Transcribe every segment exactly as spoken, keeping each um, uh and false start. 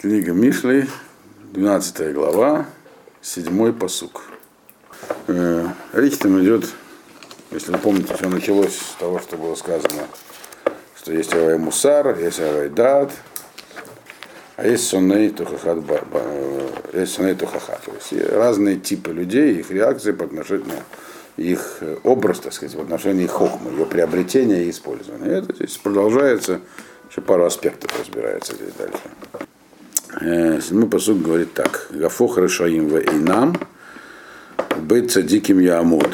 Книга Мишли, двенадцатая глава, седьмой пасук. Э, речь там идет, если вы помните, все началось с того, что было сказано, что есть авай мусар, есть авай дат, а есть соней тухахат, есть соней тухахат. То есть разные типы людей, их реакции по отношению, их образ, так сказать, в отношении хохмы, ее приобретения и использования. И это здесь продолжается, еще пару аспектов разбирается здесь дальше. Седьмой пасук говорит так: Гафох решаим в эйнам, быть цадиким яамод.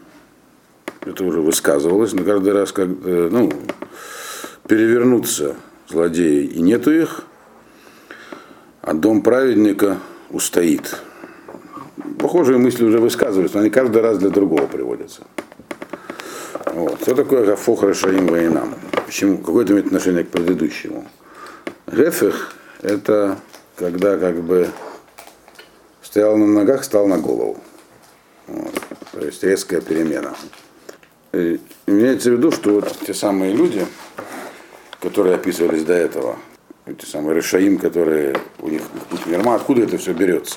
Это уже высказывалось, но каждый раз, как ну, перевернуться злодеи и нету их, а дом праведника устоит. Похожие мысли уже высказываются, но они каждый раз для другого приводятся. Вот. Что такое Гафох решаим в эйнам? Почему? Какое-то имеет отношение к предыдущему. Гефех — это когда как бы стоял на ногах, стал на голову. Вот. То есть резкая перемена. И имеется в виду, что вот те самые люди, которые описывались до этого, эти самые решаим, которые у них путь мирма, откуда это все берется?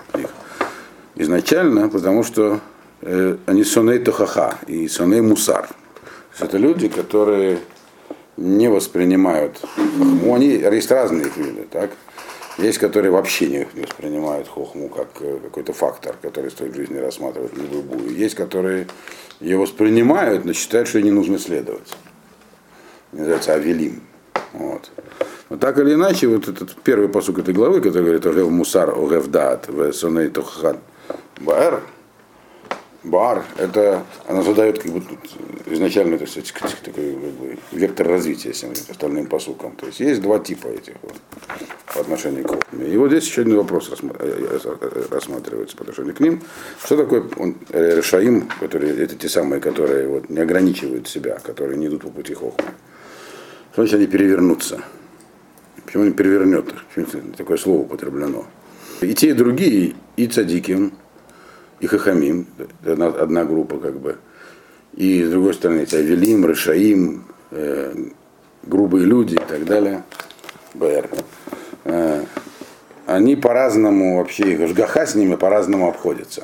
Изначально, потому что э, они соней тохаха и соней мусар. То есть это люди, которые не воспринимают хохму. Они, есть разные их виды, так? Есть, которые вообще не воспринимают хохму как какой-то фактор, который стоит в жизни рассматривать любую. Есть, которые ее воспринимают, но считают, что ей не нужно следовать. Называется авелим. Вот. Но так или иначе, вот этот первый пасук этой главы, который говорит «Огев мусар, огев даат, в соней тохахан баар», Бар, это она задает как бы изначально, так сказать, такой как бы, вектор развития всем остальным посукам. То есть есть два типа этих вот, по отношению к хохме. И вот здесь еще один вопрос рассматривается по отношению к ним. Что такое он, решаим, которые, это те самые, которые вот, не ограничивают себя, которые не идут по пути хохмы. Что значит они перевернутся? Почему они перевернет? Почему такое слово употреблено? И те, и другие, и цадиким, и хахамим, одна, одна группа как бы, и с другой стороны эти авелим, решаим, э, грубые люди и так далее, БР. Э, они по-разному вообще, их жгаха с ними по-разному обходятся.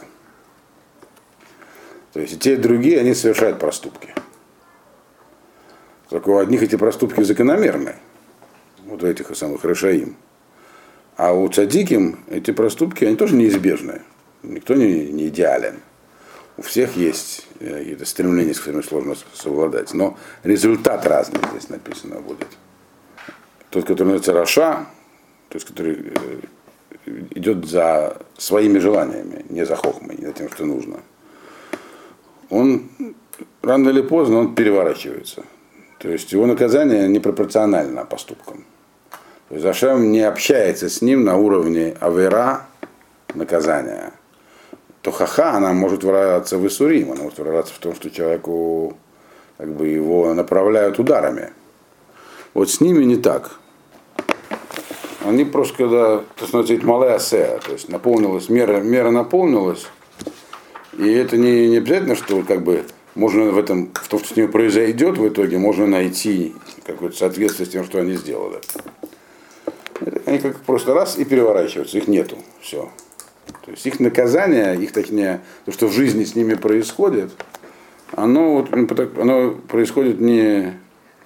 То есть и те, и другие, они совершают проступки. Только у одних эти проступки закономерны, вот у этих самых решаим. А у цадиким эти проступки, они тоже неизбежны. Никто не, не идеален. У всех есть какие-то стремления, с которыми сложно совладать. Но результат разный здесь написано будет. Тот, который называется Раша, то есть который идет за своими желаниями, не за хохмой, не за тем, что нужно. Он рано или поздно он переворачивается. То есть его наказание непропорционально поступкам. То есть Раша не общается с ним на уровне авера наказания. То хаха, она может выражаться в исурим, она может выражаться в том, что человеку как бы его направляют ударами. Вот с ними не так. Они просто когда, то становится малая асея, то есть наполнилась, мера, мера наполнилась, и это не, не обязательно, что как бы можно в этом, в том, что с ними произойдет в итоге, можно найти какое-то соответствие с тем, что они сделали. Они как просто раз и переворачиваются, их нету, все. То есть их наказание, их точнее, то, что в жизни с ними происходит, оно, вот, оно происходит не,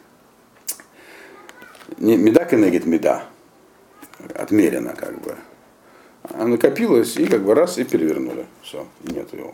не меда коннегит меда, отмерено как бы, а накопилось и как бы раз и перевернули, все, и нету его.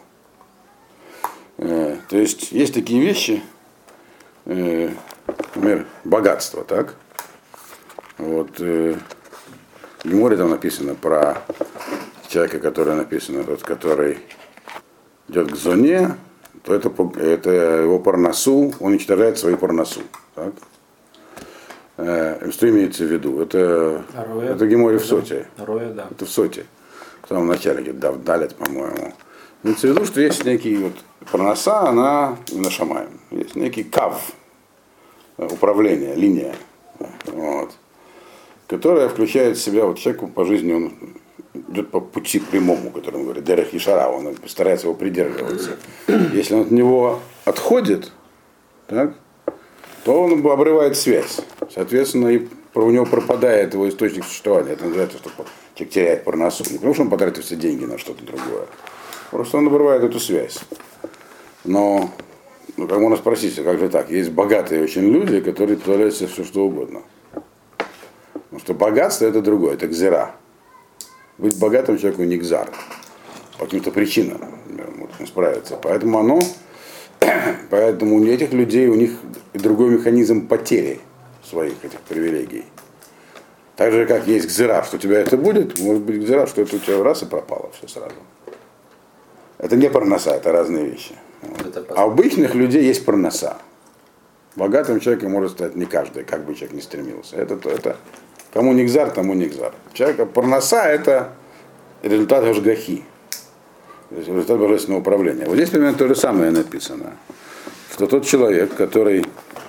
Э, то есть есть такие вещи, э, например, богатство, так? Вот э, в Геморе там написано про человека, который написано, тот, который идет к зоне, то это, это его парнасу, он уничтожает свою парнасу. Так? Э, что имеется в виду? Это, это Геморе в Соте. Роя, да. Это в Соте. В самом начале, где Давдалет, по-моему. Имеется в виду, что есть некий вот парнаса, она на шамаем. Есть некий кав, управление, линия, вот, которая включает в себя вот человеку по жизни, он идет по пути прямому, которому говорит Дерех Ишара, он старается его придерживаться. Если он от него отходит, так, то он обрывает связь. Соответственно, и у него пропадает его источник существования. Это называется, что человек теряет парносу. Не потому что он потратил все деньги на что-то другое. Просто он обрывает эту связь. Но, ну, как можно спросить, как же так? Есть богатые очень люди, которые позволяют себе все что угодно. Потому что богатство это другое, это гзира. Быть богатым человеку не гзар. По каким-то причинам, например, может не справиться. Поэтому оно, поэтому у этих людей, у них другой механизм потери своих этих привилегий. Так же, как есть гзира, что у тебя это будет, может быть гзира, что это у тебя раз и пропало все сразу. Это не парноса, это разные вещи. Вот. А у обычных людей есть парноса. Богатым человеком может стать не каждый, как бы человек ни стремился. Это, это кому не гзар, тому не гзар. Человека парноса это результат гашгахи. Результат божественного управления. Вот здесь примерно то же самое написано. Что тот человек, который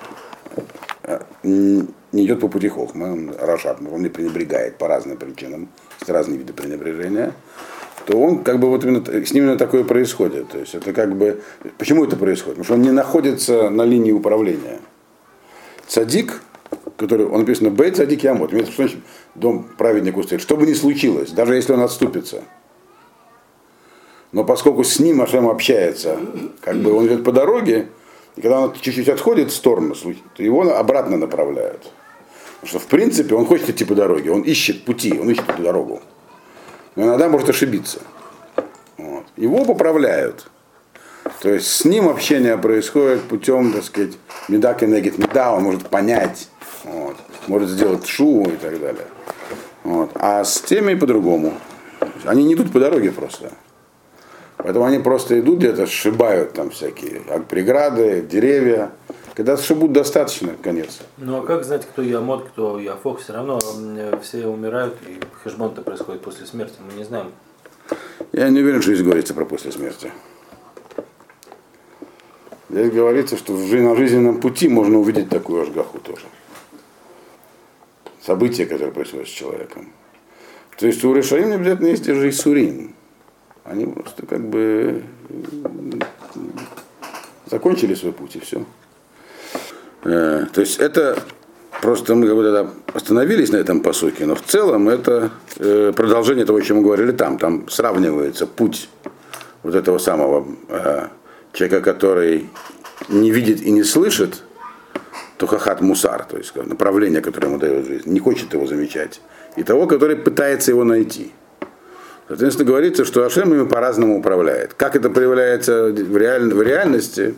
не идет по пути хохмы, он рашат, он не пренебрегает по разным причинам, есть разные виды пренебрежения, то он как бы вот именно с ним именно такое происходит. То есть это как бы. Почему это происходит? Потому что он не находится на линии управления. Цадик, который, он написано Бейт Цадик Ямот, имеется в виду, дом праведника устоит, что бы ни случилось, даже если он отступится. Но поскольку с ним Ашем общается, как бы он идет по дороге, и когда он чуть-чуть отходит в сторону, то его обратно направляют. Потому что в принципе он хочет идти по дороге, он ищет пути, он ищет эту дорогу. Но иногда может ошибиться. Вот. Его поправляют. То есть с ним общение происходит путем, так сказать, меда кенегет меда, он может понять, вот, может сделать шуву и так далее. Вот. А с теми по-другому. Они не идут по дороге просто. Поэтому они просто идут где-то, сшибают там всякие преграды, деревья. Когда сшибут достаточно, конец. Ну а как знать, кто Ямот, кто Яфок? Все равно все умирают, и хешбон-то происходит после смерти, мы не знаем. Я не уверен, что здесь говорится про после смерти. Здесь говорится, что на жизненном пути можно увидеть такую ашгаху тоже. События, которые происходят с человеком. То есть у решаим не обязательно есть даже и сурим. Они просто как бы закончили свой путь и все. Э, то есть это просто мы как бы тогда остановились на этом пасуке, но в целом это э, продолжение того, о чем мы говорили там. Там сравнивается путь вот этого самого э, человека, который не видит и не слышит, то хахат мусар, то есть направление, которое ему дает жизнь, не хочет его замечать, и того, который пытается его найти. Соответственно, говорится, что Ашем ими по-разному управляет. Как это проявляется в, реаль... в реальности,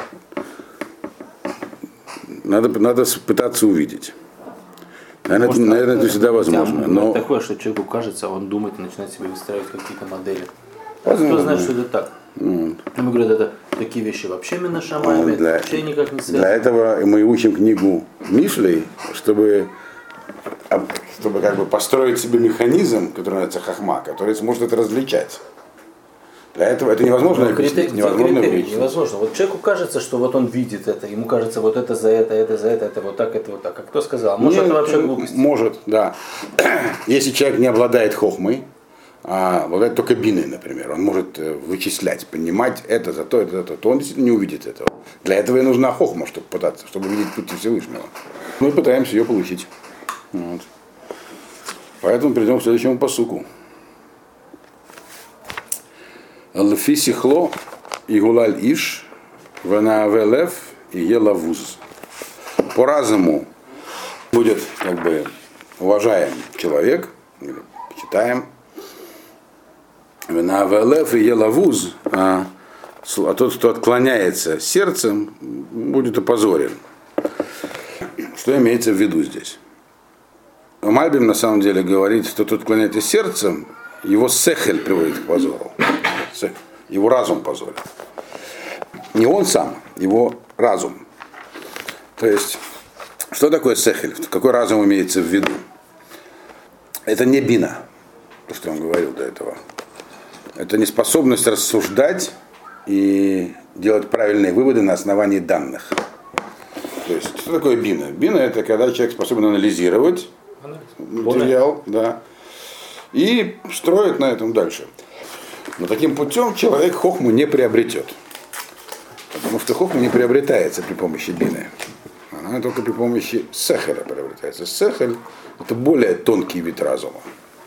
надо, надо пытаться увидеть. Наверное, Может, это, наверное, это всегда возможно. Но... Такое, что человеку кажется, он думает и начинает себе выстраивать какие-то модели. Возможно. Кто знает, что это так? Mm. Ему говорят, это такие вещи вообще именно шамами, для... это вообще никак не связано. Для этого мы учим книгу Мишлей, чтобы чтобы как бы построить себе механизм, который называется хахма, который сможет это различать. Для этого это невозможно объяснить. Невозможно, невозможно. Вот человеку кажется, что вот он видит это, ему кажется, вот это за это, это за это, это вот так, это вот так. А кто сказал? Может, Нет, это вообще глупость? Может, да. Если человек не обладает хохмой, а обладает только биной, например, он может вычислять, понимать это за то, это за то, то он действительно не увидит этого. Для этого и нужна хохма, чтобы пытаться, чтобы видеть пути Всевышнего. Мы пытаемся ее получить. Вот. Поэтому перейдем к следующему пасуку. Лфи сихло и гулаль иш, ванаавелев и елавуз. По разуму будет как бы уважаем человек, или почитаем. Ванаавелев и елавуз, а, а тот, кто отклоняется сердцем, будет опозорен. Что имеется в виду здесь? Мальбим на самом деле говорит, что тот отклоняется сердцем, его сехель приводит к позору. Его разум позорит. Не он сам, его разум. То есть, что такое сехель? Какой разум имеется в виду? Это не бина, то, что он говорил до этого. Это не способность рассуждать и делать правильные выводы на основании данных. То есть, что такое бина? Бина это когда человек способен анализировать материал, да, и строит на этом дальше. Но таким путем человек хохму не приобретет. Потому что хохма не приобретается при помощи бины. Она она только при помощи сехеля приобретается. Сехель – это более тонкий вид разума.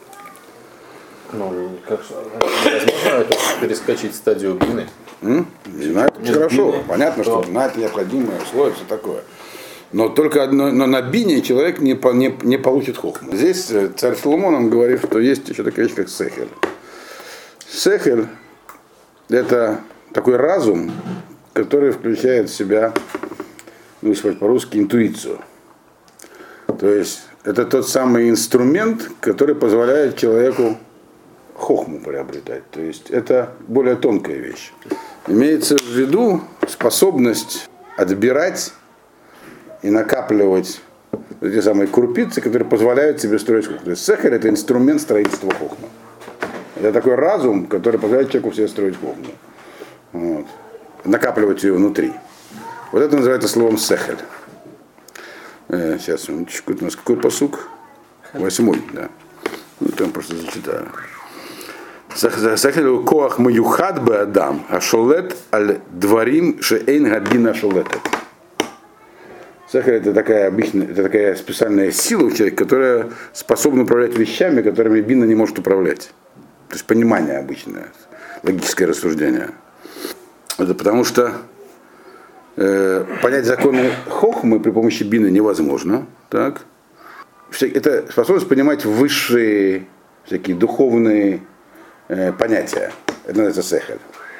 Ну, как возможно это перескочить стадию бины? М? Не знаю, это хорошо. Бины, понятно, что бина это необходимое условие, все такое. Но только одно, но на бине человек не, не, не получит хохму. Здесь царь Соломон он говорит, что есть еще такая вещь, как сехель. Сехель – это такой разум, который включает в себя, ну, если сказать по-русски, интуицию. То есть это тот самый инструмент, который позволяет человеку хохму приобретать. То есть это более тонкая вещь. Имеется в виду способность отбирать и накапливать эти самые крупицы, которые позволяют себе строить хохму. То есть сехель – это инструмент строительства хохмы. Это такой разум, который позволяет человеку себе строить хохму. Вот. Накапливать ее внутри. Вот это называется словом сехель. Э, сейчас, минуточку, у нас какой пасук? Восьмой, да. Ну, там просто зачитаю. Сехель коах маюхад бе адам, а шолет аль дворим шеэйн габина шолетет. Сехель это такая обычная, это такая специальная сила у человека, которая способна управлять вещами, которыми бина не может управлять. То есть понимание обычное, логическое рассуждение. Это потому что э, понять законы хохмы при помощи бины невозможно. Так? Это способность понимать высшие всякие духовные э, понятия. Это называется сехель.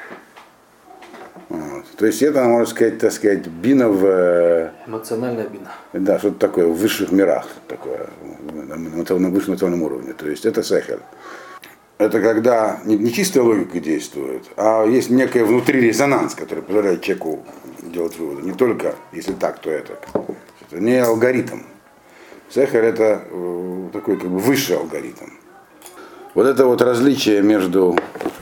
Вот. То есть это, можно сказать, так сказать, бина в... Э, эмоциональная бина. Да, что-то такое в высших мирах, такое, на, на высшем эмоциональном уровне. То есть это сехель. Это когда не, не чистая логика действует, а есть некий внутри резонанс, который позволяет человеку делать выводы. Не только если так, то это. Это не алгоритм. Сехель это э, такой как бы высший алгоритм. Вот это вот различие между,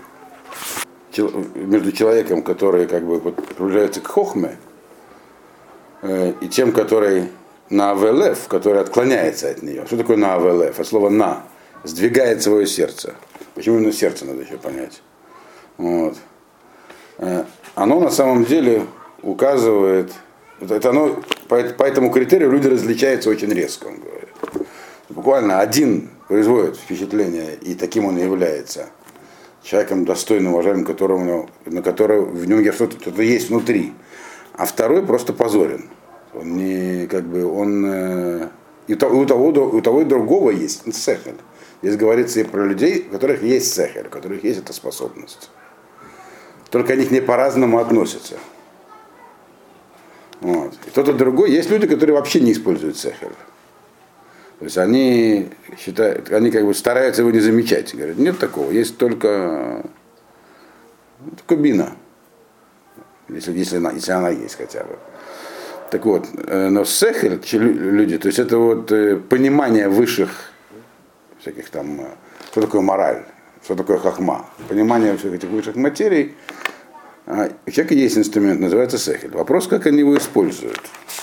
между человеком, который как бы приближается к хохме, э, и тем, который на авелев, который отклоняется от нее. Что такое на авелев? От слова на. Сдвигает свое сердце. Почему именно сердце надо еще понять? Вот. Оно на самом деле указывает, это оно, по, по этому критерию люди различаются очень резко, он говорит. Буквально один производит впечатление, и таким он и является. Человеком достойным, уважаемым, которому, на которого в нем что-то, что-то есть внутри. А второй просто позорен. Он не, как бы, он, и у того, у того и другого есть сехель. Здесь говорится и про людей, у которых есть сехель, у которых есть эта способность. Только они к ней по-разному относятся. Вот. И тот и другой. Есть люди, которые вообще не используют сехель. То есть они считают, они как бы стараются его не замечать. Говорят, нет такого, есть только, только бина. Если, если, она, если она есть хотя бы. Так вот, но сехель, люди, то есть это вот понимание высших всяких там, что такое мораль, что такое хахма, понимание всех этих высших материй. А у человека есть инструмент, называется сехель. Вопрос, как они его используют.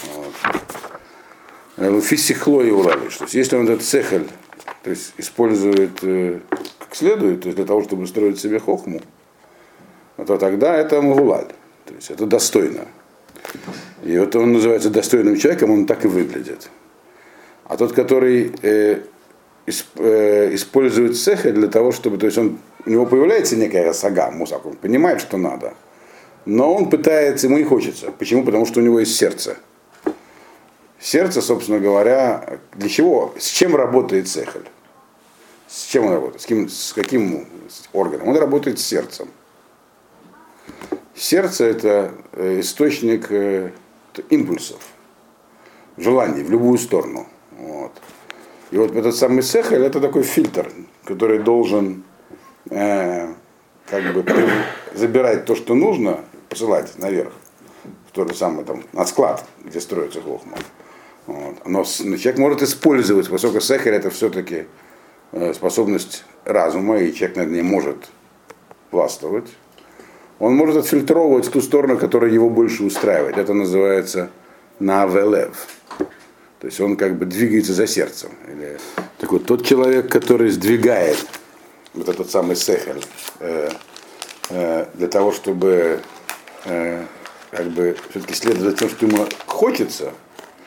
Вот. Фисихло и уралиш. То есть если он этот сехель, то есть использует э, как следует, то есть для того, чтобы строить себе хохму, то тогда это мавулаль. То есть это достойно. И вот он называется достойным человеком, он так и выглядит. А тот, который э, использует сехель для того, чтобы, то есть он, у него появляется некая сага, мусак, он понимает, что надо, но он пытается, ему не хочется. Почему? Потому что у него есть сердце. Сердце, собственно говоря, для чего, с чем работает сехель? С чем он работает? С, кем, с каким органом? Он работает с сердцем. Сердце – это источник импульсов, желаний в любую сторону. Вот. И вот этот самый сехель – это такой фильтр, который должен э, как бы забирать то, что нужно, посылать наверх, в тот же самый там, на склад, где строится хохма. Вот. Но человек может использовать, поскольку сехель – это все-таки э, способность разума, и человек над ней может властвовать. Он может отфильтровывать в ту сторону, которая его больше устраивает. Это называется навелев. То есть он как бы двигается за сердцем. Или... Так вот, тот человек, который сдвигает вот этот самый сехель э, э, для того, чтобы э, как бы все-таки следовать за тем, что ему хочется,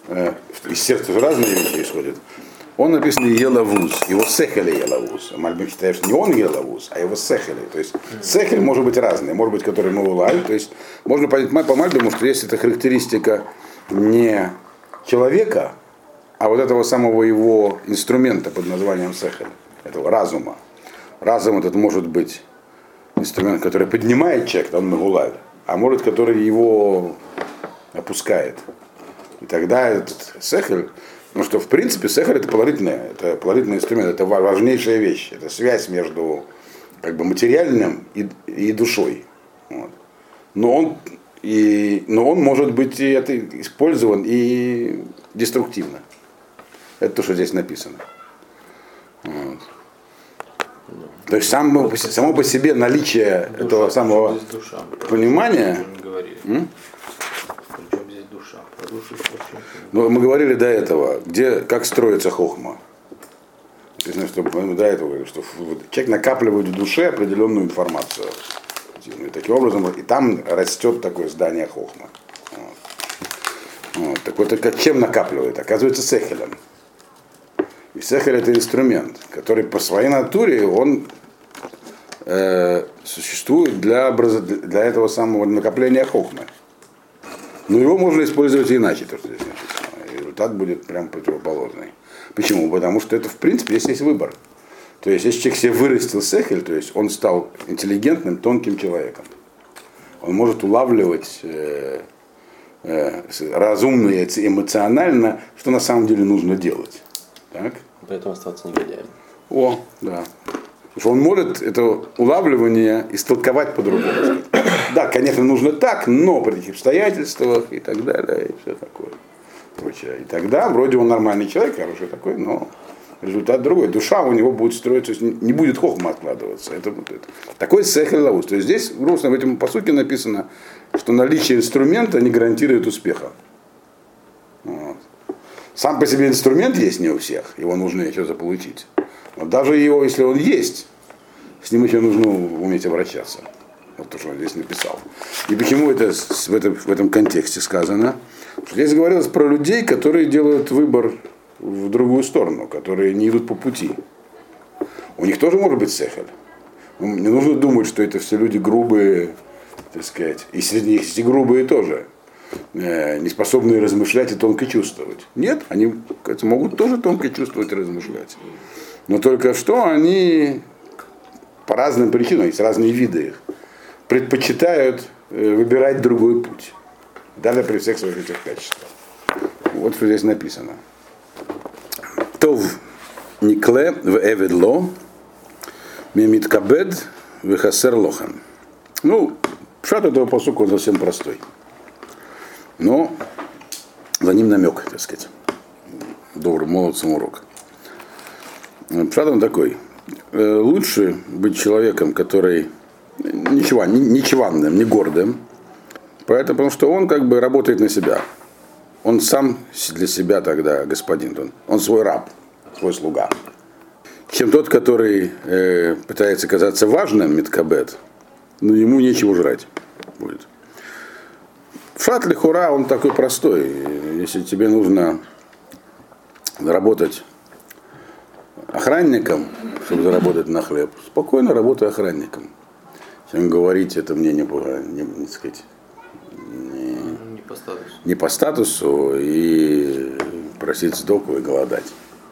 э, из сердца разные вещи исходят. Он написан елавуз, его сехели елавуз. Мальбим считает, что не он елавуз, а его сехели. То есть сехель может быть разный, может быть, который мы улали. То есть можно понять по Мальбиму, что если это характеристика не человека, а вот этого самого его инструмента под названием сехель, этого разума. Разум этот может быть инструмент, который поднимает человека, он мегулаль, а может, который его опускает. И тогда этот сехель, ну что в принципе сехель это положительное, это положительный инструмент, это важнейшая вещь, это связь между как бы материальным и, и душой. Вот. Но он и, но он может быть и это использован и деструктивно. Это то, что здесь написано. Вот. То есть само, само по себе наличие душа, этого самого душа, понимания. Причем здесь душа? Про душу ну, мы говорили до этого, где, как строится хохма. Написано, что мы до этого говорили, что человек накапливает в душе определенную информацию. И таким образом, и там растет такое здание хохма. Вот. Вот. Так вот, как чем накапливает? Оказывается, сехелем. И сехель это инструмент, который по своей натуре он э, существует для, образ... для этого самого накопления хохмы. Но его можно использовать и иначе, то, что здесь написано. И результат будет прям противоположный. Почему? Потому что это в принципе здесь есть выбор. То есть если человек себе вырастил сехель, то есть он стал интеллигентным, тонким человеком. Он может улавливать э, э, разумно и эмоционально, что на самом деле нужно делать. Так? Поэтому оставаться негодяем. О, да. Потому что он может это улавливание истолковать по-другому. Да, конечно, нужно так, но при этих обстоятельствах и так далее, и все такое. Прочее. И тогда вроде он нормальный человек, хороший такой, но результат другой. Душа у него будет строиться, то есть не будет хохма откладываться. Это, вот это. Такой сехель лавуз. То есть здесь грустно в этом посуке написано, что наличие инструмента не гарантирует успеха. Вот. Сам по себе инструмент есть не у всех, его нужно еще заполучить. Но даже его, если он есть, с ним еще нужно уметь обращаться. Вот то, что он здесь написал. И почему это в этом, в этом контексте сказано? Что здесь говорилось про людей, которые делают выбор в другую сторону, которые не идут по пути. У них тоже может быть сехель. Не нужно думать, что это все люди грубые, так сказать, и среди них есть и грубые тоже. Не способные размышлять и тонко чувствовать. Нет, они могут тоже тонко чувствовать и размышлять. Но только что они по разным причинам, есть разные виды их, предпочитают выбирать другой путь. Даже при всех своих этих качествах. Вот что здесь написано. Тов никле в эведло мимит кабед в хасер лохан. Ну, пшат этого посука он совсем простой. Но за ним намек, так сказать. Добрым молодцам урок. Пшат он такой. Лучше быть человеком, который ничего, не чванным, не гордым. Поэтому, потому что он как бы работает на себя. Он сам для себя тогда господин. Он, он свой раб, свой слуга. Чем тот, который э, пытается казаться важным, миткабет, но ему нечего жрать будет. Пшат лихура, он такой простой. Если тебе нужно работать охранником, чтобы заработать на хлеб, спокойно работай охранником. Чем говорить, это мне не, не, не, сказать, не, не, по статусу. не по статусу и просить сдоку и голодать.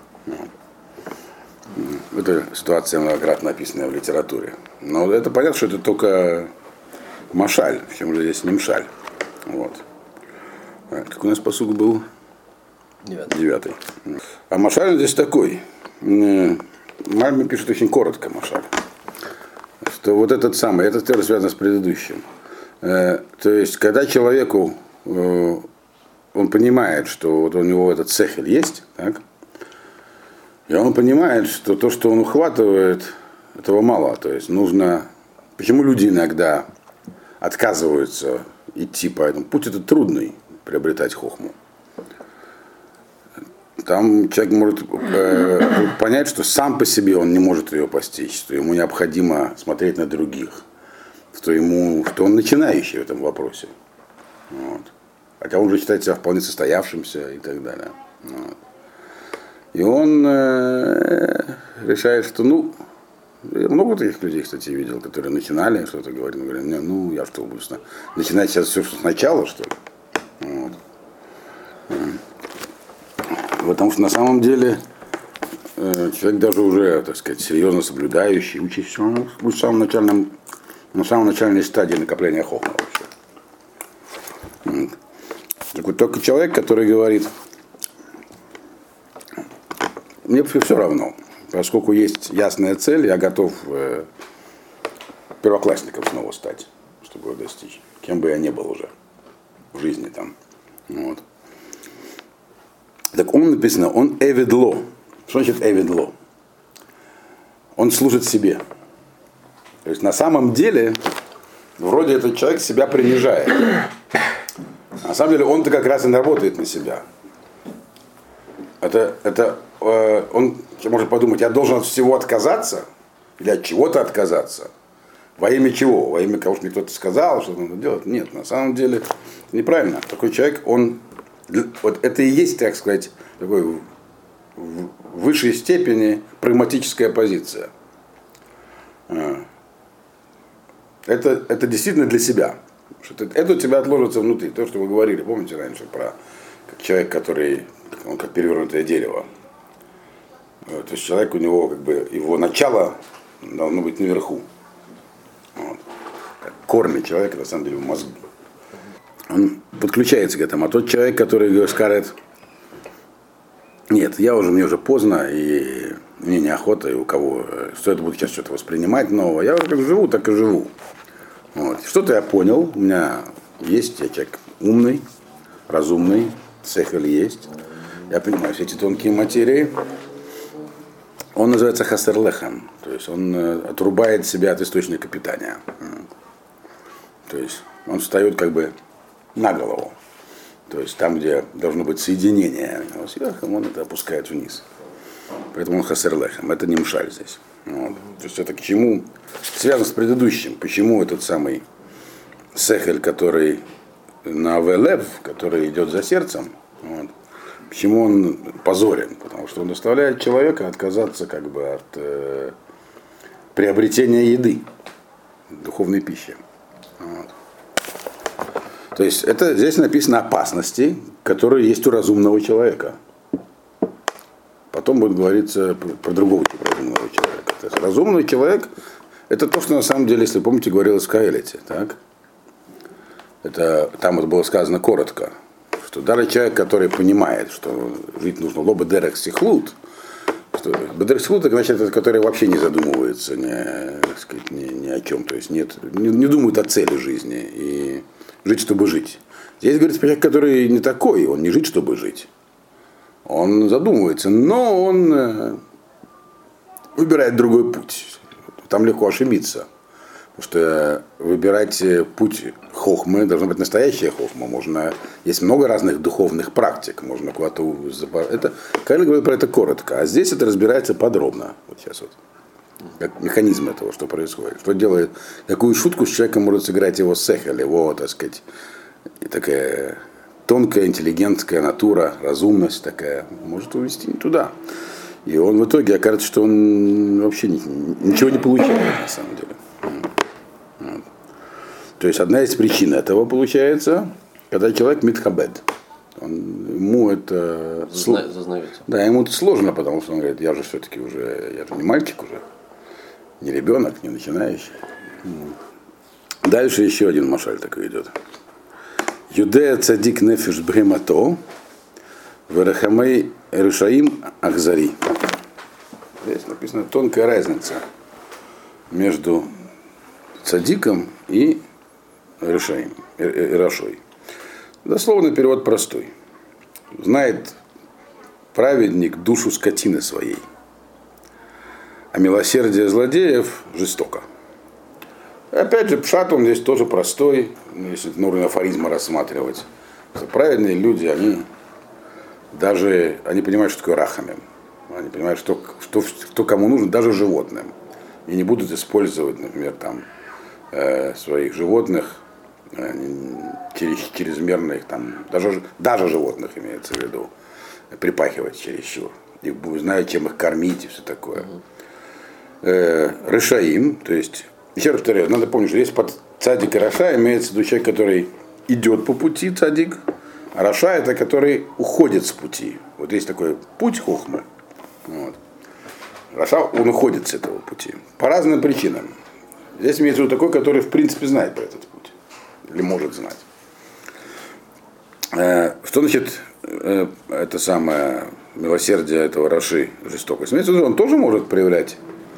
Это ситуация многократно описанная в литературе. Но это понятно, что это только машаль, в чем же здесь не мшаль. Вот. Как у нас посук был? Девятый. Девятый. А машаль здесь такой. Мальми пишет очень коротко машаль. Что вот этот самый, это тоже связано с предыдущим. То есть, когда человеку, он понимает, что вот у него этот сехель есть, так? И он понимает, что то, что он ухватывает, этого мало. То есть нужно... Почему люди иногда отказываются идти по этому? Путь этот трудный, приобретать хохму. Там человек может э, понять, что сам по себе он не может ее постичь, что ему необходимо смотреть на других, что, ему, что он начинающий в этом вопросе. Вот. хотя он уже считает себя вполне состоявшимся и так далее. Вот. И он э, решает, что, ну, я много таких людей, кстати, видел, которые начинали что-то говорить, говорят, не, ну, я что буду начинать сейчас все сначала, что ли? Вот. Потому что на самом деле человек даже уже, так сказать, серьезно соблюдающий, учащийся в самом начальном, на самом начальной стадии накопления хохма вообще. Вот. Так вот, только человек, который говорит, мне все равно, поскольку есть ясная цель, я готов э, первоклассником снова стать, чтобы его достичь, кем бы я ни был уже в жизни там. Вот. Так он написано, он эвидло. Что значит эвидло? Он служит себе. То есть на самом деле, вроде этот человек себя принижает. На самом деле он-то как раз и работает на себя. Это, это э, он может подумать, я должен от всего отказаться, или от чего-то отказаться. Во имя чего? Во имя того, что мне кто-то сказал, что надо делать? Нет, на самом деле неправильно. Такой человек, он, вот это и есть, так сказать, такой в высшей степени прагматическая позиция. Это, это действительно для себя. Что это у тебя отложится внутри. То, что вы говорили, помните раньше про как человек, который, он как перевернутое дерево. То есть человек, у него как бы его начало должно быть наверху. Вот. Корни человека на самом деле в мозгу. Он подключается к этому. А тот человек, который скажет, нет, я уже, мне уже поздно, и мне неохота, и у кого стоит будет сейчас что-то воспринимать нового. Я уже как живу, так и живу. Вот. Что-то я понял, у меня есть, я человек умный, разумный, сехель есть. Я понимаю все эти тонкие материи. Он называется хасерлехем, то есть он отрубает себя от источника питания. То есть он встает как бы на голову. То есть там, где должно быть соединение сверху, он это опускает вниз. Поэтому он хасерлехем. Это не мшаль здесь. Вот. То есть это к чему связано с предыдущим. Почему этот самый сехель, который на велев, который идет за сердцем, вот, почему он позорен? Потому что он заставляет человека отказаться как бы от э, приобретения еды, духовной пищи. Вот. То есть это здесь написано опасности, которые есть у разумного человека. Потом будет говориться про, про другого типа разумного человека. То есть разумный человек это то, что на самом деле, если помните, говорилось в Каэлите, так? Это там вот было сказано коротко, что даже человек, который понимает, что жить нужно лоба дерек сихлут, что бедерек сихлут, это значит, это который вообще не задумывается ни, так сказать, ни, ни о чем, то есть нет, не, не думает о цели жизни и жить, чтобы жить. Здесь говорится про человека, который не такой, он не жить, чтобы жить. Он задумывается, но он выбирает другой путь. Там легко ошибиться. Потому что выбирать путь хохмы должна быть настоящая хохма. Можно, есть много разных духовных практик. Можно куда-то. Это, Каэль говорит про это коротко. А здесь это разбирается подробно. Вот сейчас вот. Как механизм этого, что происходит. Что делает, какую шутку с человеком может сыграть его сехель, его, так сказать, такая тонкая, интеллигентская натура, разумность такая, может увести не туда. И он в итоге окажется, что он вообще ничего не получает на самом деле. Вот. То есть одна из причин этого получается, когда человек митхабед. Он, ему это Зазна... зазнается. Да, ему это сложно, потому что он говорит, я же все-таки уже, я же не мальчик уже, не ребенок, не начинающий. Дальше еще один машаль такой идет. Юдея цадик нефиш бхемато, верахамей решаим ахзари. Здесь написана тонкая разница между цадиком и решаим, и рашой. Дословный перевод простой. Знает праведник душу скотины своей, а милосердие злодеев жестоко. Опять же, пшат он здесь тоже простой, если на уровне афоризма рассматривать. Что праведные люди, они даже, они понимают, что такое рахамим. Они понимают, что, что, что кому нужно, даже животным. И не будут использовать, например, там, э, своих животных через, чрезмерно их там, даже, даже животных имеется в виду, припахивать чересчур. И знают, чем их кормить и все такое. Э, Решаим, то есть, еще раз повторяю, надо помнить, что здесь под цадик и раша имеется в виду человек, который идет по пути цадик, а раша это который уходит с пути. Вот есть такой путь хохмы. Вот. Раша, он уходит с этого пути. По разным причинам. Здесь имеется в виду такой, который в принципе знает про этот путь. Или может знать. Э, что значит э, это самое милосердие этого раши, жестокость? Имеется в виду, он тоже может проявлять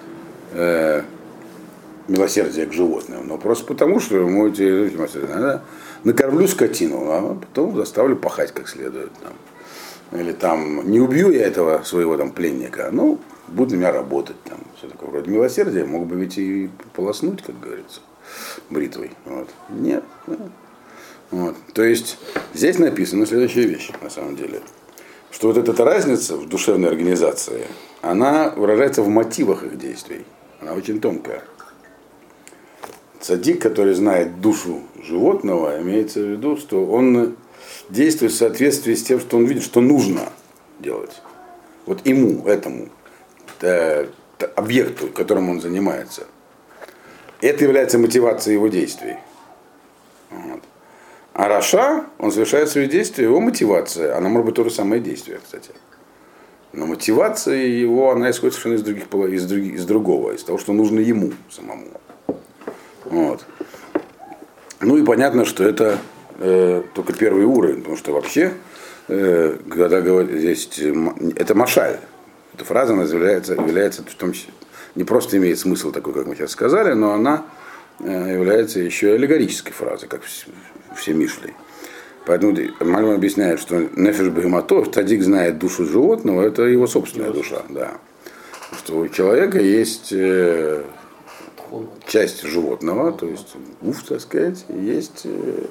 э, милосердие к животным, но просто потому, что ему эти да, накормлю скотину, а потом заставлю пахать как следует. Там. Или там не убью я этого своего там пленника, ну, будет на меня работать. Там, все такое вроде милосердия, мог бы ведь и полоснуть, как говорится, бритвой. Вот. Нет. Вот. То есть здесь написана следующая вещь, на самом деле. Что вот эта разница в душевной организации, она выражается в мотивах их действий. Она очень тонкая. Цадик, который знает душу животного, имеется в виду, что он действует в соответствии с тем, что он видит, что нужно делать. Вот ему, этому э, объекту, которым он занимается. Это является мотивацией его действий. Вот. А раша, он совершает свои действия, его мотивация, она может быть то же самое действие, кстати. Но мотивация его, она исходит совершенно из, других, из, других, из другого, из того, что нужно ему самому. Вот. Ну и понятно, что это э, только первый уровень, потому что вообще, э, когда говорят, есть, это машаль, эта фраза она является, является в том числе, не просто имеет смысл такой, как мы сейчас сказали, но она э, является еще и аллегорической фразой, как все Мишли. Поэтому Мальбим объясняет, что нефеш бегемато, цадик знает душу животного, это его собственная его душа. Да. Что у человека есть э, часть животного, то есть уф, так сказать, и есть э,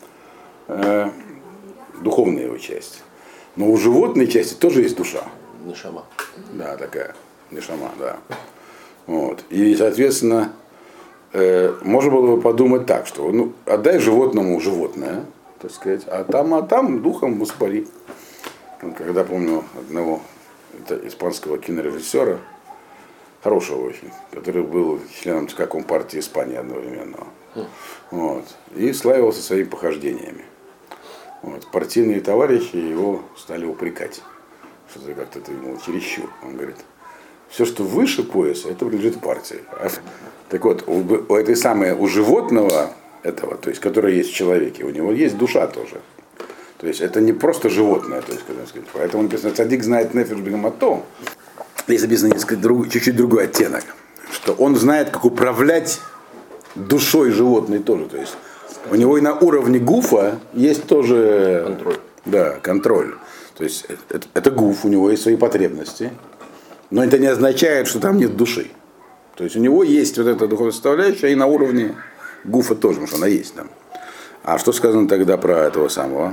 э, духовная его часть. Но у животной части тоже есть душа. Нешама. Да, такая. Нешама, да. Вот. И, соответственно, э, можно было бы подумать так, что ну, отдай животному животное, так сказать, а там, а там духом воспари. Когда помню одного испанского кинорежиссера, хорошего очень, который был членом ЦК Компартии Испании одновременно. Mm. Вот. И славился своими похождениями. Вот. Партийные товарищи его стали упрекать, что это как-то это ему чересчур. Он говорит, все, что выше пояса, это принадлежит партии. Так вот, у, у этой самой, у животного этого, то есть, которое есть в человеке, у него есть душа тоже. То есть это не просто животное, то есть, как сказать. Поэтому написано, цадик знает нефеш бегемато. Здесь написано несколько друг, чуть-чуть другой оттенок, что он знает, как управлять душой животной тоже. То есть у него и на уровне гуфа есть тоже контроль. Да, контроль. То есть это, это гуф, у него есть свои потребности, но это не означает, что там нет души. То есть у него есть вот эта духовная составляющая и на уровне гуфа тоже, потому что она есть там. А что сказано тогда про этого самого?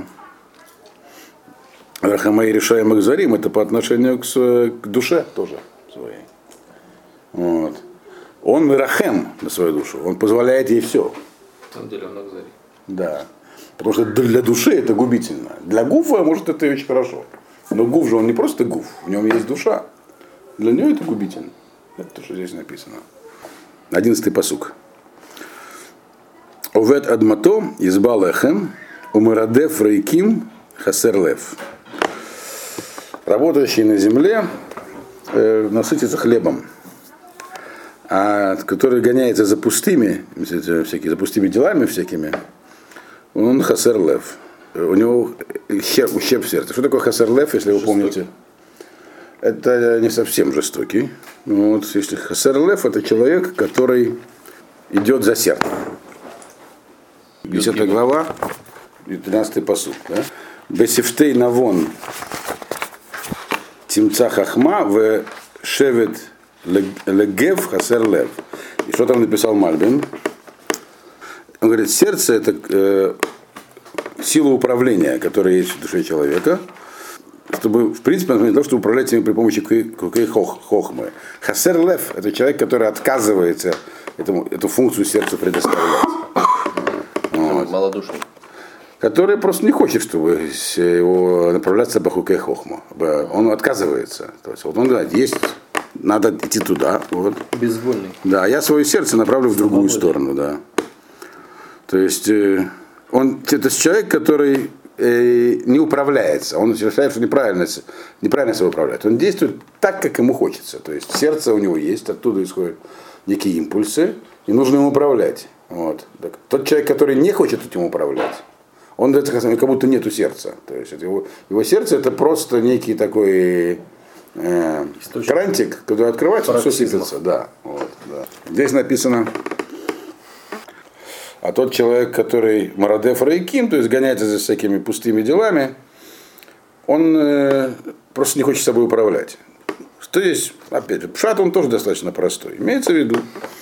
Рахамай решаем их зарим, это по отношению к, к душе тоже своей. Вот. Он рахем на свою душу, он позволяет ей все. На самом деле он Акзари. Да. Потому что для души это губительно. Для гуфа, может, это и очень хорошо. Но гуф же он не просто гуф, в нем есть душа. Для нее это губительно. Это то, что здесь написано. Одиннадцатый пасук. Овет адмато избал эхем, умирадев рейким хасерлев. Работающий на земле э, насытится хлебом, а который гоняется за пустыми, всякие, за пустыми делами всякими, он хасерлев. У него ущерб, ущерб в сердце. Что такое хасерлев, если вы жестокий. Помните? Это не совсем жестокий. Вот, если хасерлев, это человек, который идет за сердцем. десятая глава, тринадцатый пасук. Да? Бесифтей навон Тимца хахма в шевет легев хасер лев. И что там написал Мальбим? Он говорит, сердце это э, сила управления, которая есть в душе человека, чтобы, в принципе, не то, что управлять ими при помощи хохмы. Хасер лев это человек, который отказывается этому, эту функцию сердцу предоставлять. Вот. Вот. Малодушный. Который просто не хочет, чтобы его направляться бахукей хохма. Он отказывается. То есть вот он говорит, есть, надо идти туда. Вот. Безвольный. Да, я свое сердце направлю в другую сторону, да. То есть он это человек, который э, не управляется. Он считает, что неправильно, неправильно себя управляет. Он действует так, как ему хочется. То есть сердце у него есть, оттуда исходят некие импульсы, и нужно им управлять. Вот. Так, тот человек, который не хочет этим управлять, он это как будто нету сердца. То есть это его, его сердце это просто некий такой э, крантик, который открывается, все сыпется. Да, вот, да. Здесь написано, а тот человек, который Марадеф Рейким, то есть гоняется за всякими пустыми делами, он э, просто не хочет собой управлять. Что здесь, опять же, пшат он тоже достаточно простой. Имеется в виду,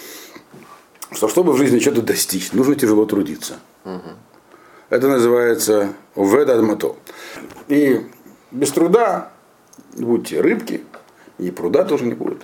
что чтобы в жизни что-то достичь, нужно тяжело трудиться. Угу. Это называется ведадмато. И без труда будьте рыбки, и пруда тоже не будет.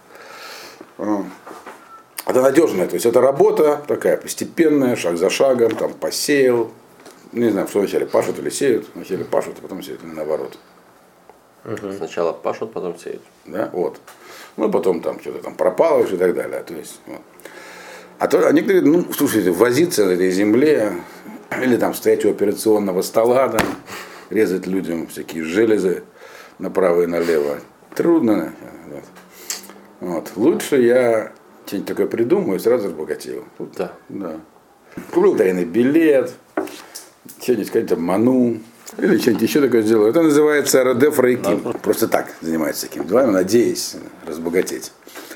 Вот. Это надежная, то есть это работа такая постепенная, шаг за шагом, там посеял, не знаю, что вначале пашут или сеют, вначале пашут, а потом сеют, или наоборот. Угу. Сначала пашут, потом сеют. Да, вот. Ну, потом там что-то там пропалываешь и так далее. То есть, вот. А то они говорят, ну, слушайте, возиться на этой земле, или там стоять у операционного стола, там, резать людям всякие железы направо и налево. Трудно. Вот. Вот. Лучше я что-нибудь такое придумаю и сразу разбогатею. Да. Да. Купил тайный билет, что-нибудь сказать, обману. Или что-нибудь еще такое сделаю. Это называется Радеф Рейким. Да. Просто так занимается такими делами, надеясь разбогатеть.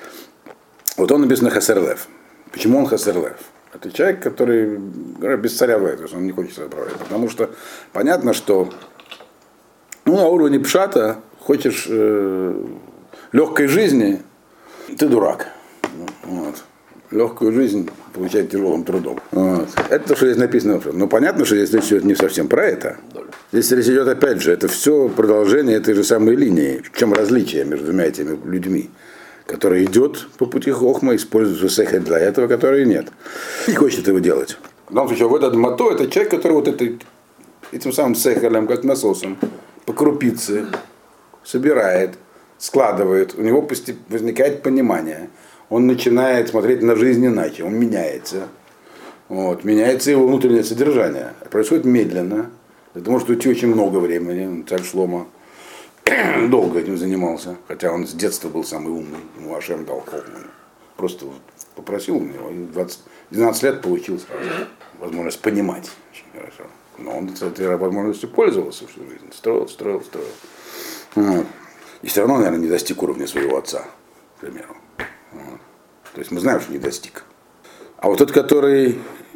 Вот он написано Хасерлев. Почему он Хасерлев? Это человек, который без царя в это, он не хочет себя управлять. Потому что понятно, что ну, на уровне пшата хочешь э, легкой жизни, ты дурак. Вот. Легкую жизнь получать тяжелым трудом. Вот. Это то, что здесь написано. Но понятно, что здесь речь идет не совсем про это. Здесь речь идет, опять же, это все продолжение этой же самой линии. В чем различие между двумя этими людьми? Который идет по пути хохма, использует сехель для этого, который нет. Не хочет этого делать. В данном случае, в этот мото, это человек, который вот это, этим самым сехелем, как насосом, по крупице собирает, складывает. У него возникает понимание. Он начинает смотреть на жизнь иначе, он меняется. Вот. Меняется его внутреннее содержание. Происходит медленно. Это может уйти очень много времени. Царь Шломо долго этим занимался, хотя он с детства был самый умный, ему Ашем дал хохму. Просто попросил у него, и в двенадцать лет получил сразу возможность понимать очень хорошо. Но он этой возможностью пользовался всю жизнь, строил, строил, строил. Вот. И все равно, наверное, не достиг уровня своего отца, к примеру. Вот. То есть мы знаем, что не достиг. А вот тот, который,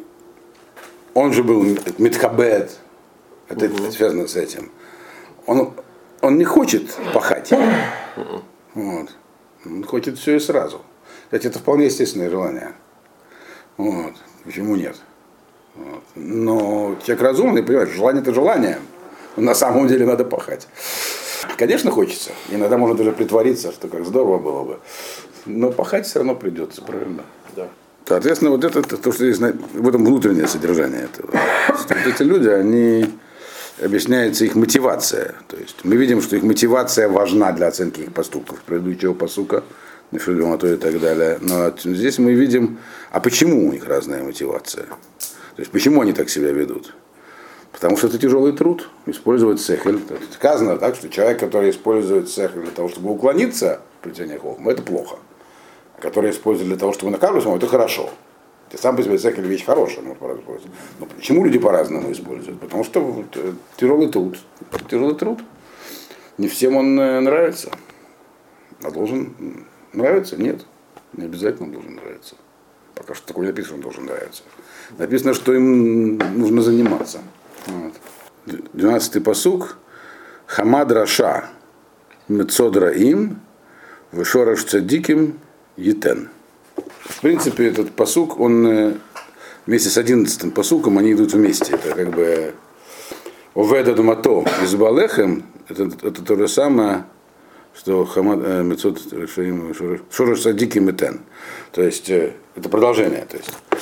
он же был Митхабет, это, угу. это связано с этим, он Он не хочет пахать. Вот. Он хочет все и сразу. Кстати, это вполне естественное желание. Вот. Почему нет? Вот. Но человек разумный, понимаешь, желание это желание. Но на самом деле надо пахать. Конечно, хочется. Иногда можно даже притвориться, что как здорово было бы. Но пахать все равно придется, правильно? Да. Соответственно, вот это то, что здесь в этом внутреннее содержание этого. Вот эти люди, они объясняется их мотивация. То есть мы видим, что их мотивация важна для оценки их поступков. Предыдущего пасука, Нефилимато и так далее. Но здесь мы видим, а почему у них разная мотивация? То есть почему они так себя ведут? Потому что это тяжелый труд, использовать сехель. Сказано так, что человек, который использует сехель для того, чтобы уклониться от плетения хохма, это плохо. А который использует для того, чтобы наказывать, это хорошо. Ты сам по себе сехель вещь хорошая, но почему люди по-разному используют? Потому что вот, тяжелый труд. Тяжелый труд. Не всем он нравится. А должен нравиться? Нет. Не обязательно он должен нравиться. Пока что такое написано, он должен нравиться. Написано, что им нужно заниматься. Вот. двенадцатый пасук. Хамад Раша Мецодра им Вешораш Цадиким Етен. В принципе, этот пасук, он вместе с одиннадцатым пасуком, они идут вместе. Это как бы Оведа Думато из Балехем, это, это то же самое, что Хамад Мецод Шораш Садики Метен. То есть это продолжение. То есть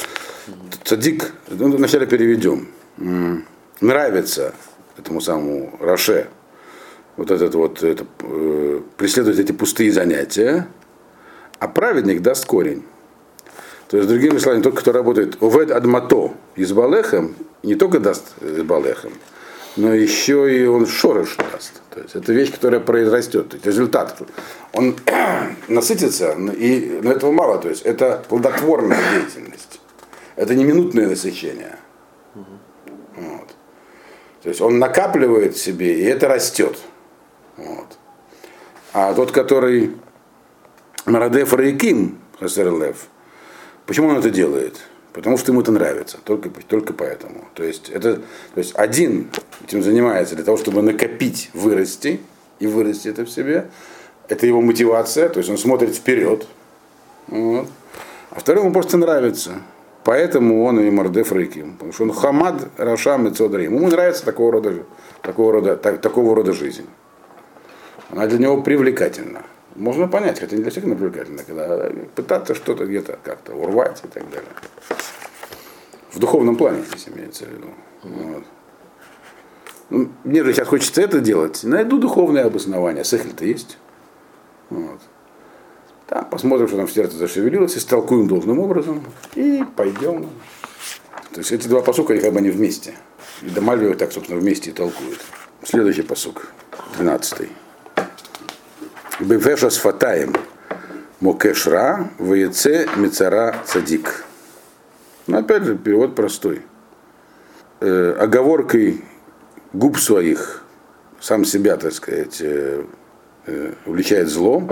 Цадик, ну, вначале переведем. Нравится этому самому Раше вот этот вот это, э, преследовать эти пустые занятия, а праведник даст корень. То есть, другими словами, тот, кто работает увед адмато избалехем, не только даст избалехем, но еще и он шорыш даст. То есть это вещь, которая произрастет, то есть результат. Он насытится, и, но этого мало, то есть это плодотворная деятельность. Это не минутное насыщение. Вот. То есть он накапливает в себе, и это растет. Вот. А тот, который Марадеф Рейким, Хасерлев, почему он это делает? Потому что ему это нравится, только, только поэтому. То есть, это, то есть один этим занимается для того, чтобы накопить, вырасти, и вырасти это в себе. Это его мотивация, то есть он смотрит вперед. Вот. А второй ему просто нравится. Поэтому он и Мардеф Рейким. Потому что он Хамад Рашам и Цодрим. Ему нравится такого рода, такого рода, так, такого рода жизнь. Она для него привлекательна. Можно понять, хотя не для всех она привлекательна, когда пытаться что-то где-то как-то урвать и так далее. В духовном плане здесь имеется в виду. Вот. Ну, мне же сейчас хочется это делать. Найду духовное обоснование. Сехель-то есть. Вот. Там посмотрим, что там в сердце зашевелилось, истолкуем должным образом и пойдем. То есть эти два пасука, они как бы они вместе. И Дамальвио так, собственно, вместе и толкуют. Следующий пасук, тринадцатый. Бефеша с фатаем мокешра ваеце мецара цадик. Ну, опять же, перевод простой. Э, оговоркой губ своих сам себя, так сказать, э, э, увлечает зло.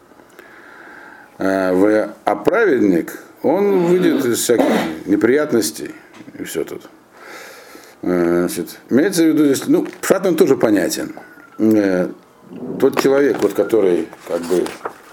А, а праведник, он выйдет из всяких неприятностей, и все тут. Значит, имеется в виду здесь, ну, пшат он тоже понятен. Тот человек, вот, который как бы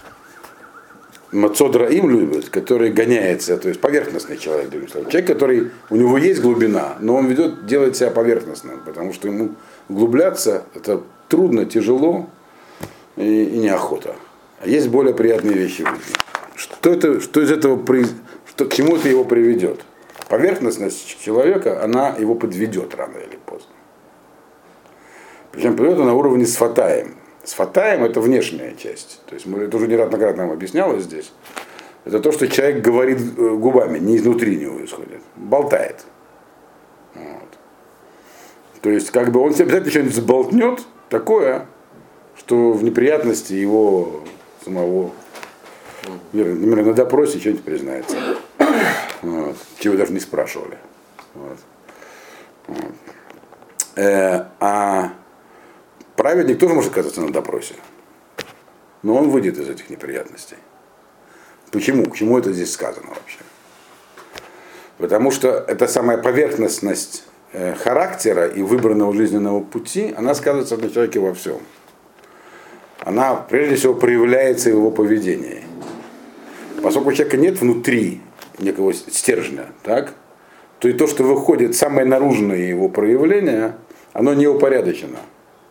Мацодра им любит, который гоняется, то есть поверхностный человек, человек, который, у него есть глубина, но он ведет, делает себя поверхностным, потому что ему углубляться это трудно, тяжело и, и неохота. А есть более приятные вещи в жизни. Что, это, что из этого, что, к чему это его приведет? Поверхностность человека, она его подведет рано или поздно. Причем приведет на уровне с фатаем. С фатаем это внешняя часть. То есть мы, это уже неоднократно нам объяснялось здесь. Это то, что человек говорит губами, не изнутри него исходит. Болтает. Вот. То есть как бы он себе обязательно что-нибудь заболтнет такое, что в неприятности его самого, например, на допросе что-нибудь признается. Вот. Чего даже не спрашивали. Вот. Вот. Э, а праведник тоже может оказаться на допросе. Но он выйдет из этих неприятностей. Почему? К чему это здесь сказано вообще? Потому что эта самая поверхностность э, характера и выбранного жизненного пути, она сказывается на человеке во всем. Она прежде всего проявляется в его поведении. Поскольку у человека нет внутри некого стержня, так, то и то, что выходит, самое наружное его проявление, оно не упорядочено.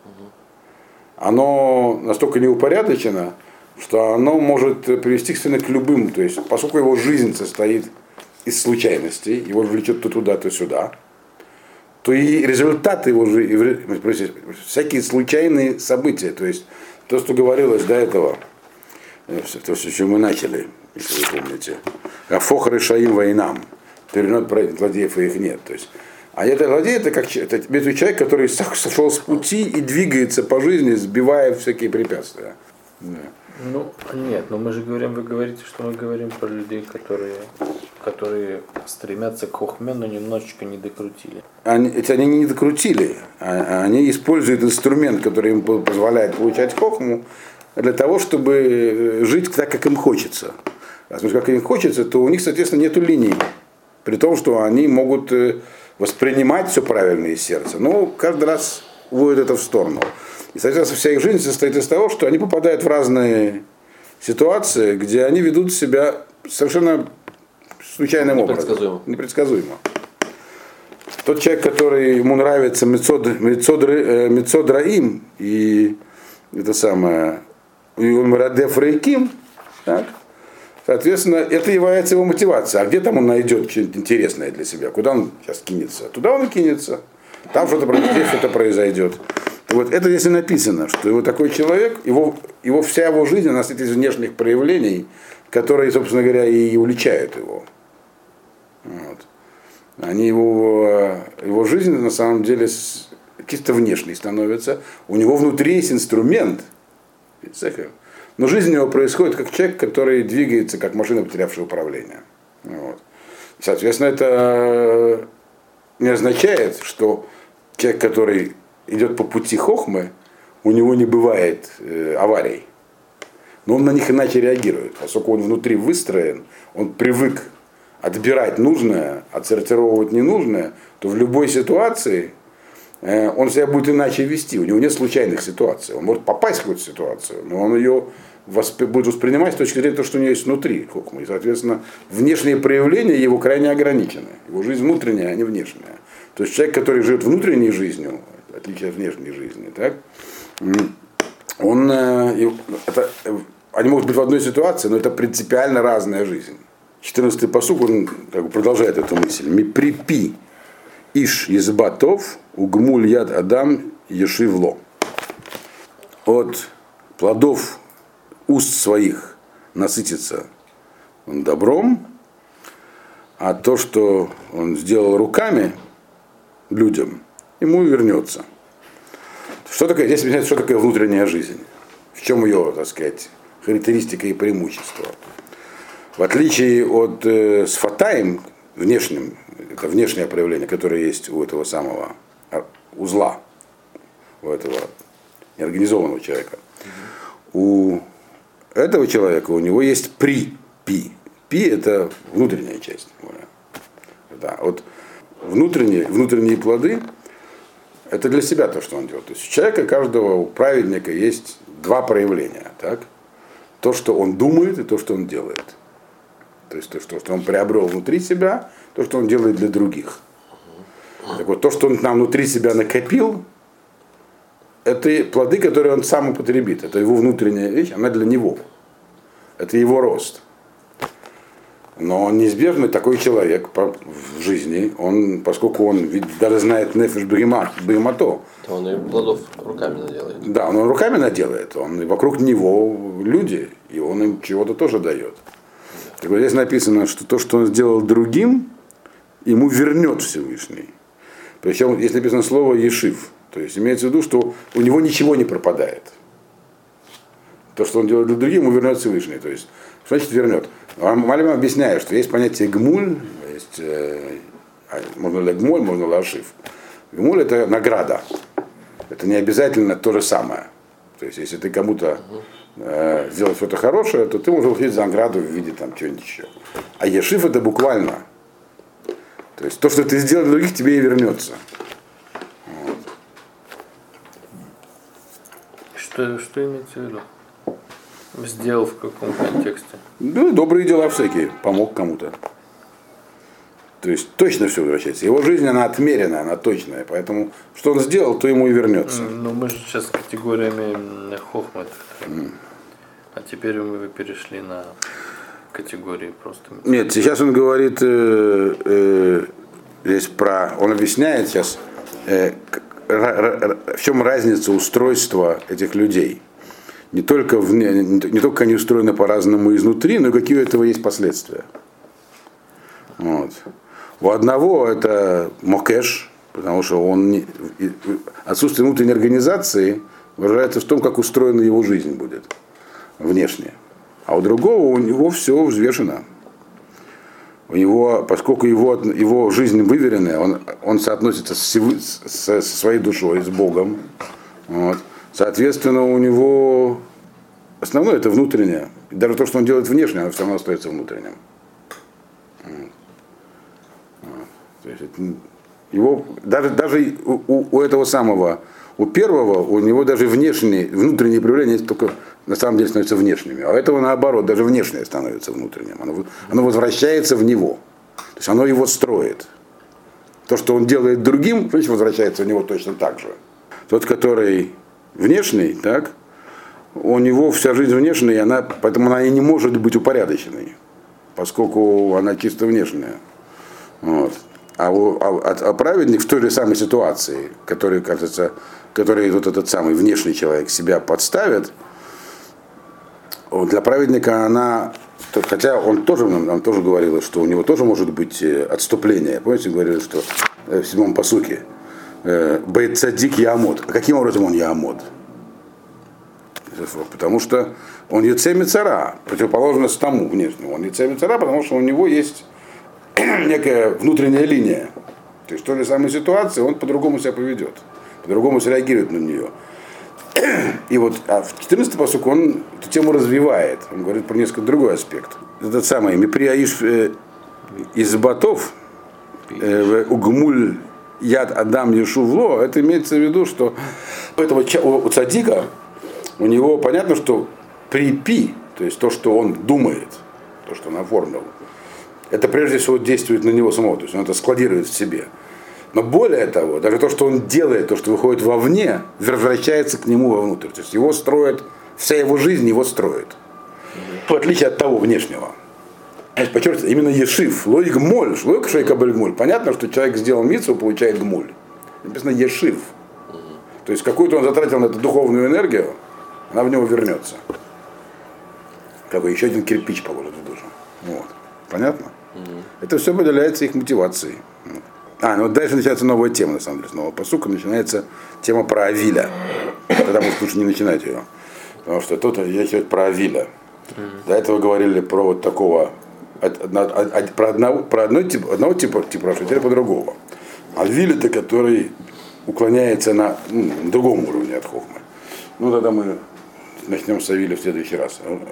Оно настолько не упорядочено, что оно может привести к любым, то есть поскольку его жизнь состоит из случайностей, его влечет то туда, то сюда, то и результаты его жизни, всякие случайные события, то есть то, что говорилось до этого, то, с чем мы начали, если вы помните, Афох решаим войнам, перенот злодеев и их нет. То есть, а это злодей, это как это человек, который сошел с пути и двигается по жизни, сбивая всякие препятствия. Да. Ну, нет, но мы же говорим, вы говорите, что мы говорим про людей, которые, которые стремятся к хохме, но немножечко не докрутили. Они, эти они не докрутили, а, они используют инструмент, который им позволяет получать хохму, для того, чтобы жить так, как им хочется. А как им хочется, то у них, соответственно, нету линий. При том, что они могут воспринимать все правильно из сердца, но каждый раз уводят это в сторону. И, соответственно, вся их жизнь состоит из того, что они попадают в разные ситуации, где они ведут себя совершенно случайным Непредсказуемо. образом. Непредсказуемо. Тот человек, который ему нравится Мецодраим и это самое, и он Марадеф Рейким, так, Соответственно, это является его мотивацией. А где там он найдет что-нибудь интересное для себя? Куда он сейчас кинется? Туда он и кинется. Там что-то произойдет, здесь что-то произойдет. И вот это здесь и написано, что его такой человек, его, его, вся его жизнь, она состоит из внешних проявлений, которые, собственно говоря, и уличают его. Вот. Они его, его жизнь на самом деле чисто внешней становится. У него внутри есть инструмент. Но жизнь у него происходит как человек, который двигается, как машина, потерявшая управление. Вот. Соответственно, это не означает, что человек, который идет по пути хохмы, у него не бывает э, аварий. Но он на них иначе реагирует. Поскольку он внутри выстроен, он привык отбирать нужное, отсортировывать ненужное, то в любой ситуации э, он себя будет иначе вести. У него нет случайных ситуаций. Он может попасть в какую-то ситуацию, но он ее восп... будет воспринимать с точки зрения того, что у него есть внутри хохмы. И, соответственно, внешние проявления его крайне ограничены. Его жизнь внутренняя, а не внешняя. То есть человек, который живет внутренней жизнью, в отличие от внешней жизни, так, он, э, это, они могут быть в одной ситуации, но это принципиально разная жизнь. четырнадцатый пасук, он как бы продолжает эту мысль. Миприпи иш избатов угмуль яд адам ешивло. От плодов уст своих насытится он добром, а то, что он сделал руками людям, ему вернется. Что такое, здесь объясняется, что такое внутренняя жизнь? В чем ее, так сказать, характеристика и преимущество? В отличие от э, сфатаим, внешним, это внешнее проявление, которое есть у этого самого узла, у этого неорганизованного человека. Mm-hmm. У этого человека у него есть при, пи. Пи это внутренняя часть. Да, вот внутренние, внутренние плоды это для себя то, что он делает. То есть у человека, каждого у праведника есть два проявления. Так? То, что он думает, и то, что он делает. То есть то, что он приобрел внутри себя, то, что он делает для других. Так вот, то, что он там внутри себя накопил, это плоды, которые он сам употребит. Это его внутренняя вещь, она для него. Это его рост. Но неизбежно такой человек в жизни, он, поскольку он ведь даже знает нефеш бегемато, то он и плодов руками наделает. Да, он руками наделает, он, и вокруг него люди, и он им чего-то тоже дает. Так вот здесь написано, что то, что он сделал другим, ему вернет Всевышний. Причем здесь написано слово «ешив». То есть имеется в виду, что у него ничего не пропадает. То, что он делает для других, ему вернет Всевышний. То есть, что значит вернет? Малим объясняет, что есть понятие гмуль, есть, э, можно ли гмуль, можно ли ашив. Гмуль это награда. Это не обязательно то же самое. То есть, если ты кому-то э, сделал что-то хорошее, то ты можешь получить за награду в виде там чего-нибудь еще. А ешив это буквально. То есть, то, что ты сделал для других, тебе и вернется. Вот. Что, что имеется в виду? Сделал в каком контексте? Ну, добрые дела всякие, помог кому-то. То есть точно все возвращается. Его жизнь, она отмеренная, она точная. Поэтому, что он сделал, то ему и вернется. Ну, мы же сейчас категориями хохмы. Mm. А теперь мы перешли на категории просто. Нет, сейчас он говорит э, э, здесь про. Он объясняет сейчас, э, в чем разница устройства этих людей. Не только, в, не, не только они устроены по-разному изнутри, но и какие у этого есть последствия. Вот. У одного это мокеш, потому что он не, отсутствие внутренней организации выражается в том, как устроена его жизнь будет внешне. А у другого у него все взвешено. У него, поскольку его, его жизнь выверенная, он, он соотносится с, с, со своей душой, с Богом. Вот. Соответственно, у него основное это внутреннее. И даже то, что он делает внешне, оно все равно остается внутренним. То есть это, его, даже, даже у, у этого самого, у первого, у него даже внешние, внутренние проявления только на самом деле становятся внешними. А у этого наоборот, даже внешнее становится внутренним. Оно, оно возвращается в него. То есть оно его строит. То, что он делает другим, значит, возвращается в него точно так же. Тот, который внешний, так, у него вся жизнь внешняя, и она, поэтому она и не может быть упорядоченной, поскольку она чисто внешняя. Вот. А, у, а, а праведник в той же самой ситуации, который, кажется, который вот этот самый внешний человек себя подставит, для праведника она, хотя он тоже нам, нам тоже говорил, что у него тоже может быть отступление. Помните, говорили, что в седьмом пасуке Бейт цадик яамод. А каким образом он яамод? Потому что он яцэ мицара, противоположность тому внешнему. Он яцэ мицара, потому что у него есть некая внутренняя линия. То есть в той же самой ситуации он по-другому себя поведет, по-другому среагирует на нее. И вот а в четырнадцатом пасуке он эту тему развивает. Он говорит про несколько другой аспект. Этот самый Миприаиш э, из Батов, э, Угмуль Яд Адам Ешувло, это имеется в виду, что у этого у цадика, у него понятно, что при пи, то есть то, что он думает, то, что он оформил, это прежде всего действует на него самого, то есть он это складирует в себе. Но более того, даже то, что он делает, то, что выходит вовне, возвращается к нему вовнутрь. То есть его строит, вся его жизнь его строит. В отличие от того внешнего. Значит, подчеркивается, именно ешив, лой гмоль, шлой шейка бель гмоль. Понятно, что человек сделал мицву, получает гмоль. Написано ешив. То есть какую-то он затратил на эту духовную энергию, она в него вернется. Как бы еще один кирпич положит в душу. Вот. Понятно? Mm-hmm. Это все является их мотивацией. А, ну дальше начинается новая тема, на самом деле, с нового пасука начинается тема про Авиля. Тогда может лучше не начинать ее. Потому что тут речь идет про Авиля. Mm-hmm. До этого говорили про вот такого, от, от, от, от, про, одного, про одно тип, одного типа, типа, а теперь по другому. Авиль это который уклоняется на ну, другом уровне от хохмы. Ну тогда мы начнем с Авиля в следующий раз.